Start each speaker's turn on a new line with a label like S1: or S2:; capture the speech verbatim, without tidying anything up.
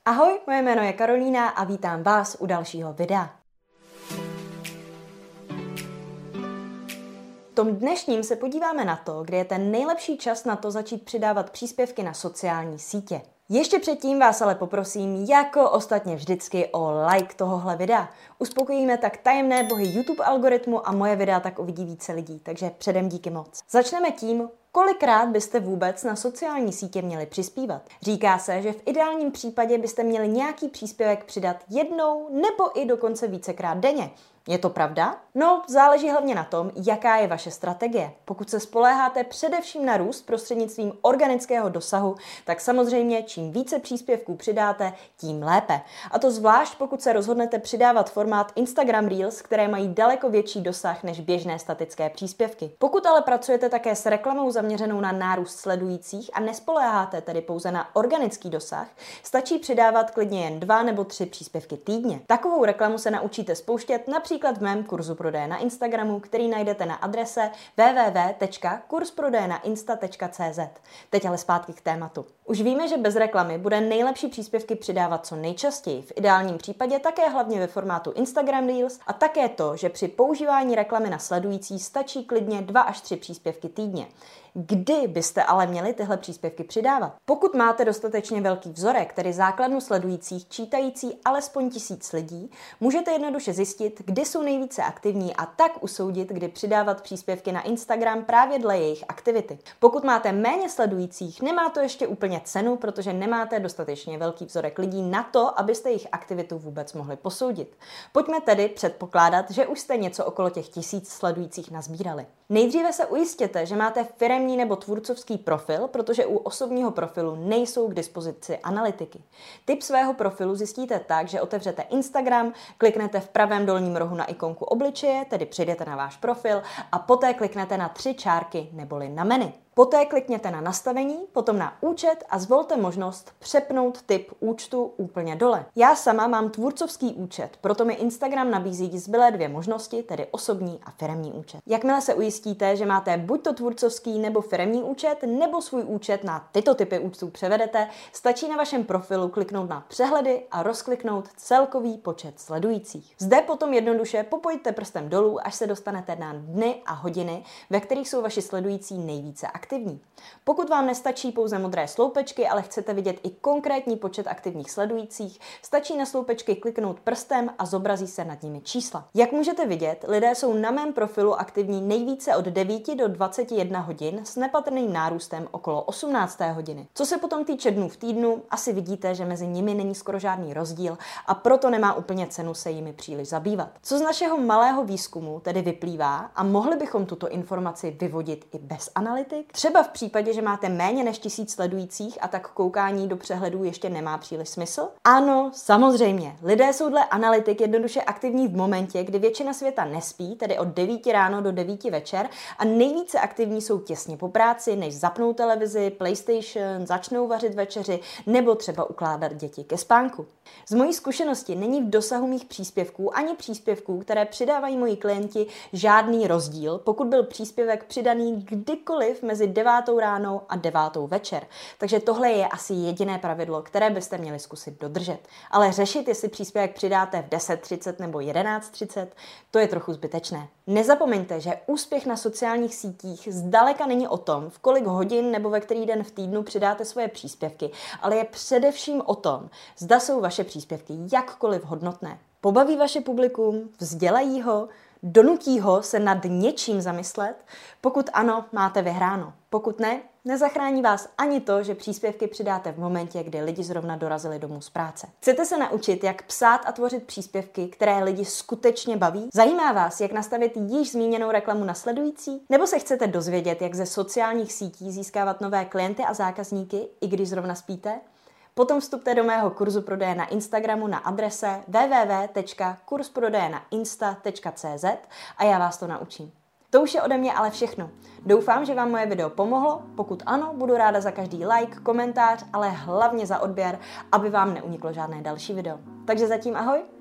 S1: Ahoj, moje jméno je Karolína a vítám vás u dalšího videa. V tom dnešním se podíváme na to, kdy je ten nejlepší čas na to začít přidávat příspěvky na sociální sítě. Ještě předtím vás ale poprosím, jako ostatně vždycky, o like tohohle videa. Uspokojíme tak tajemné bohy YouTube algoritmu a moje videa tak uvidí více lidí, takže předem díky moc. Začneme tím, kolikrát byste vůbec na sociální sítě měli přispívat. Říká se, že v ideálním případě byste měli nějaký příspěvek přidat jednou nebo i dokonce vícekrát denně. Je to pravda? No, záleží hlavně na tom, jaká je vaše strategie. Pokud se spoléháte především na růst prostřednictvím organického dosahu, tak samozřejmě čím více příspěvků přidáte, tím lépe. A to zvlášť pokud se rozhodnete přidávat formát Instagram Reels, které mají daleko větší dosah než běžné statické příspěvky. Pokud ale pracujete také s reklamou zaměřenou na nárůst sledujících a nespoléháte tedy pouze na organický dosah, stačí přidávat klidně jen dva nebo tři příspěvky týdně. Takovou reklamu se naučíte spouštět například Například v mém kurzu prodeje na Instagramu, který najdete na adrese w w w tečka kurs prodeje na insta tečka c z. Teď ale zpátky k tématu. Už víme, že bez reklamy bude nejlepší příspěvky přidávat co nejčastěji, v ideálním případě také hlavně ve formátu Instagram Reels a také to, že při používání reklamy na sledující stačí klidně dva až tři příspěvky týdně. Kdy byste ale měli tyhle příspěvky přidávat? Pokud máte dostatečně velký vzorek, tedy základnu sledujících čítající alespoň tisíc lidí, můžete jednoduše zjistit, kdy jsou nejvíce aktivní a tak usoudit, kdy přidávat příspěvky na Instagram právě dle jejich aktivity. Pokud máte méně sledujících, nemá to ještě úplně cenu, protože nemáte dostatečně velký vzorek lidí na to, abyste jejich aktivitu vůbec mohli posoudit. Pojďme tedy předpokládat, že už jste něco okolo těch tisíc sledujících nazbírali. Nejdříve se ujistěte, že máte firemní nebo tvůrcovský profil, protože u osobního profilu nejsou k dispozici analytiky. Typ svého profilu zjistíte tak, že otevřete Instagram, kliknete v pravém dolním rohu na ikonku obličeje, tedy přejdete na váš profil a poté kliknete na tři čárky neboli na menu. Poté klikněte na nastavení, potom na účet a zvolte možnost přepnout typ účtu úplně dole. Já sama mám tvůrcovský účet, proto mi Instagram nabízí zbylé dvě možnosti, tedy osobní a firemní účet. Jakmile se ujistíte, že máte buď to tvůrcovský nebo firemní účet, nebo svůj účet na tyto typy účtů převedete, stačí na vašem profilu kliknout na přehledy a rozkliknout celkový počet sledujících. Zde potom jednoduše popojte prstem dolů, až se dostanete na dny a hodiny, ve kterých jsou vaši sledující nejvíce aktivní. Aktivní. Pokud vám nestačí pouze modré sloupečky, ale chcete vidět i konkrétní počet aktivních sledujících, stačí na sloupečky kliknout prstem a zobrazí se nad nimi čísla. Jak můžete vidět, lidé jsou na mém profilu aktivní nejvíce od devíti do dvaceti jedné hodin s nepatrným nárůstem okolo osmnácté hodiny. Co se potom týče dnů v týdnu, asi vidíte, že mezi nimi není skoro žádný rozdíl a proto nemá úplně cenu se jimi příliš zabývat. Co z našeho malého výzkumu tedy vyplývá a mohli bychom tuto informaci vyvodit i bez analytik? Třeba v případě, že máte méně než tisíc sledujících a tak koukání do přehledů ještě nemá příliš smysl? Ano, samozřejmě. Lidé jsou dle analytik jednoduše aktivní v momentě, kdy většina světa nespí, tedy od devíti ráno do devíti večer a nejvíce aktivní jsou těsně po práci, než zapnou televizi, PlayStation, začnou vařit večeři nebo třeba ukládat děti ke spánku. Z mojí zkušenosti není v dosahu mých příspěvků ani příspěvků, které přidávají moji klienti, žádný rozdíl, pokud byl příspěvek přidaný kdykoliv mezi devátou ráno a devátou večer. Takže tohle je asi jediné pravidlo, které byste měli zkusit dodržet. Ale řešit, jestli příspěvek přidáte v deset třicet nebo jedenáct třicet, to je trochu zbytečné. Nezapomeňte, že úspěch na sociálních sítích zdaleka není o tom, v kolik hodin nebo ve který den v týdnu přidáte svoje příspěvky, ale je především o tom, zda jsou vaše příspěvky jakkoliv hodnotné. Pobaví vaše publikum, vzdělají ho, donutí ho se nad něčím zamyslet? Pokud ano, máte vyhráno. Pokud ne, nezachrání vás ani to, že příspěvky přidáte v momentě, kdy lidi zrovna dorazili domů z práce. Chcete se naučit, jak psát a tvořit příspěvky, které lidi skutečně baví? Zajímá vás, jak nastavit již zmíněnou reklamu na sledující? Nebo se chcete dozvědět, jak ze sociálních sítí získávat nové klienty a zákazníky, i když zrovna spíte? Potom vstupte do mého kurzu prodeje na Instagramu na adrese w w w tečka kurs prodeje na insta tečka c z a já vás to naučím. To už je ode mě ale všechno. Doufám, že vám moje video pomohlo. Pokud ano, budu ráda za každý like, komentář, ale hlavně za odběr, aby vám neuniklo žádné další video. Takže zatím ahoj